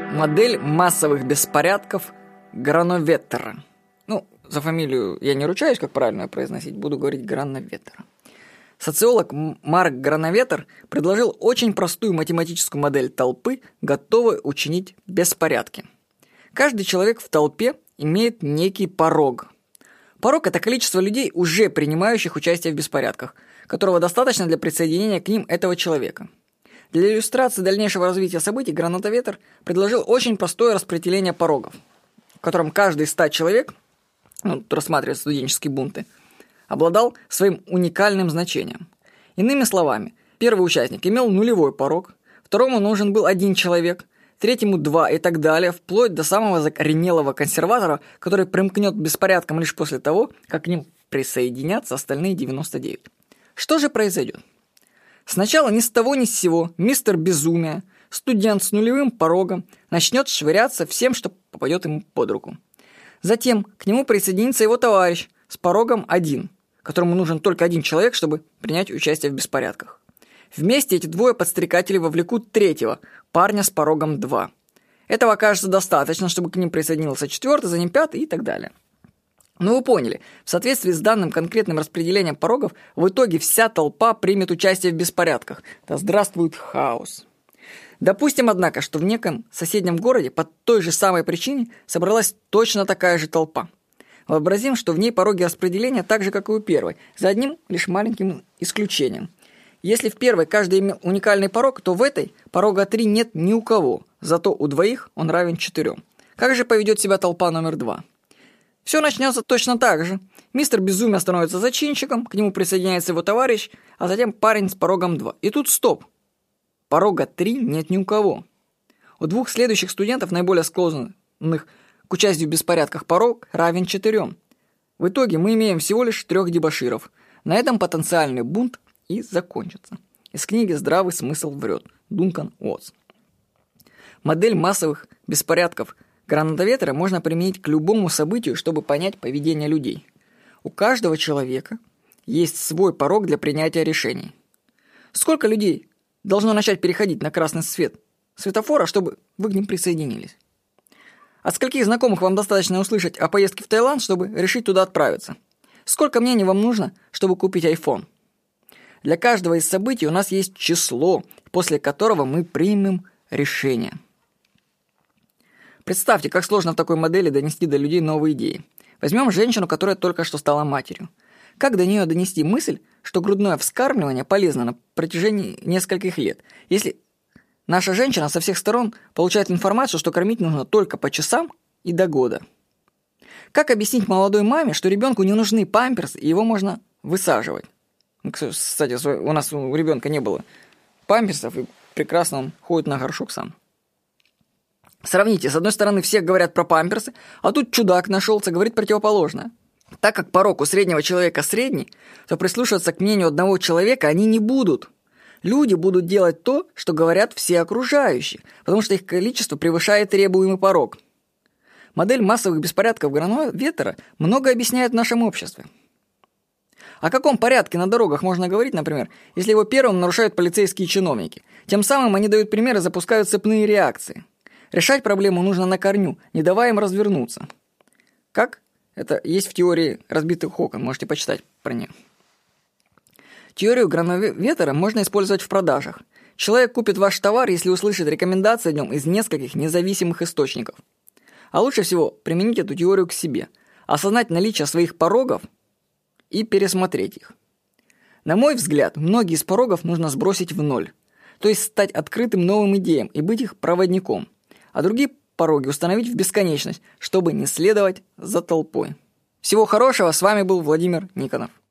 Модель массовых беспорядков Грановеттера. За фамилию я не ручаюсь, как правильно произносить, буду говорить Грановеттера. Социолог Марк Грановеттер предложил очень простую математическую модель толпы, готовую учинить беспорядки. Каждый человек в толпе имеет некий порог. Порог – это количество людей, уже принимающих участие в беспорядках, которого достаточно для присоединения к ним этого человека. Для иллюстрации дальнейшего развития событий Грановеттер предложил очень простое распределение порогов, в котором каждый из 100 человек, рассматривая студенческие бунты, обладал своим уникальным значением. Иными словами, первый участник имел нулевой порог, второму нужен был 1 человек, третьему 2 и так далее, вплоть до самого закоренелого консерватора, который примкнет к беспорядкам лишь после того, как к ним присоединятся остальные 99. Что же произойдет? Сначала ни с того ни с сего мистер Безумие, студент с нулевым порогом, начнет швыряться всем, что попадет ему под руку. Затем к нему присоединится его товарищ с порогом 1, которому нужен только 1 человек, чтобы принять участие в беспорядках. Вместе эти двое подстрекателей вовлекут третьего, парня с порогом 2. Этого окажется достаточно, чтобы к ним присоединился 4, за ним 5 и так далее. Вы поняли, в соответствии с данным конкретным распределением порогов, в итоге вся толпа примет участие в беспорядках. Да здравствует хаос. Допустим, однако, что в неком соседнем городе по той же самой причине собралась точно такая же толпа. Вообразим, что в ней пороги распределения так же, как и у первой, за одним лишь маленьким исключением. Если в первой каждый имел уникальный порог, то в этой порога 3 нет ни у кого, зато у двоих он равен 4. Как же поведет себя толпа номер 2? Все начнется точно так же. Мистер Безумие становится зачинщиком, к нему присоединяется его товарищ, а затем парень с порогом 2. И тут стоп. Порога 3 нет ни у кого. У 2 следующих студентов, наиболее склонных к участию в беспорядках, порог равен 4. В итоге мы имеем всего лишь 3 дебоширов. На этом потенциальный бунт и закончится. Из книги «Здравый смысл врет». Дункан Уотс. Модель массовых беспорядков Грановеттера можно применить к любому событию, чтобы понять поведение людей. У каждого человека есть свой порог для принятия решений. Сколько людей должно начать переходить на красный свет светофора, чтобы вы к ним присоединились? От скольких знакомых вам достаточно услышать о поездке в Таиланд, чтобы решить туда отправиться? Сколько мнений вам нужно, чтобы купить iPhone? Для каждого из событий у нас есть число, после которого мы примем решение. Представьте, как сложно в такой модели донести до людей новые идеи. Возьмем женщину, которая только что стала матерью. Как до нее донести мысль, что грудное вскармливание полезно на протяжении нескольких лет, если наша женщина со всех сторон получает информацию, что кормить нужно только по часам и до года? Как объяснить молодой маме, что ребенку не нужны памперсы и его можно высаживать? Кстати, у нас у ребенка не было памперсов, и прекрасно он ходит на горшок сам. Сравните, с одной стороны все говорят про памперсы, а тут чудак нашелся, говорит противоположное. Так как порог у среднего человека средний, то прислушиваться к мнению одного человека они не будут. Люди будут делать то, что говорят все окружающие, потому что их количество превышает требуемый порог. Модель массовых беспорядков Грановеттера много объясняет в нашем обществе. О каком порядке на дорогах можно говорить, например, если его первым нарушают полицейские чиновники? Тем самым они дают пример и запускают цепные реакции. Решать проблему нужно на корню, не давая им развернуться. Как? Это есть в теории разбитых окон, можете почитать про нее. Теорию Грановеттера можно использовать в продажах. Человек купит ваш товар, если услышит рекомендации о нем из нескольких независимых источников. А лучше всего применить эту теорию к себе, осознать наличие своих порогов и пересмотреть их. На мой взгляд, многие из порогов нужно сбросить в ноль, то есть стать открытым новым идеям и быть их проводником, а другие пороги установить в бесконечность, чтобы не следовать за толпой. Всего хорошего, с вами был Владимир Никонов.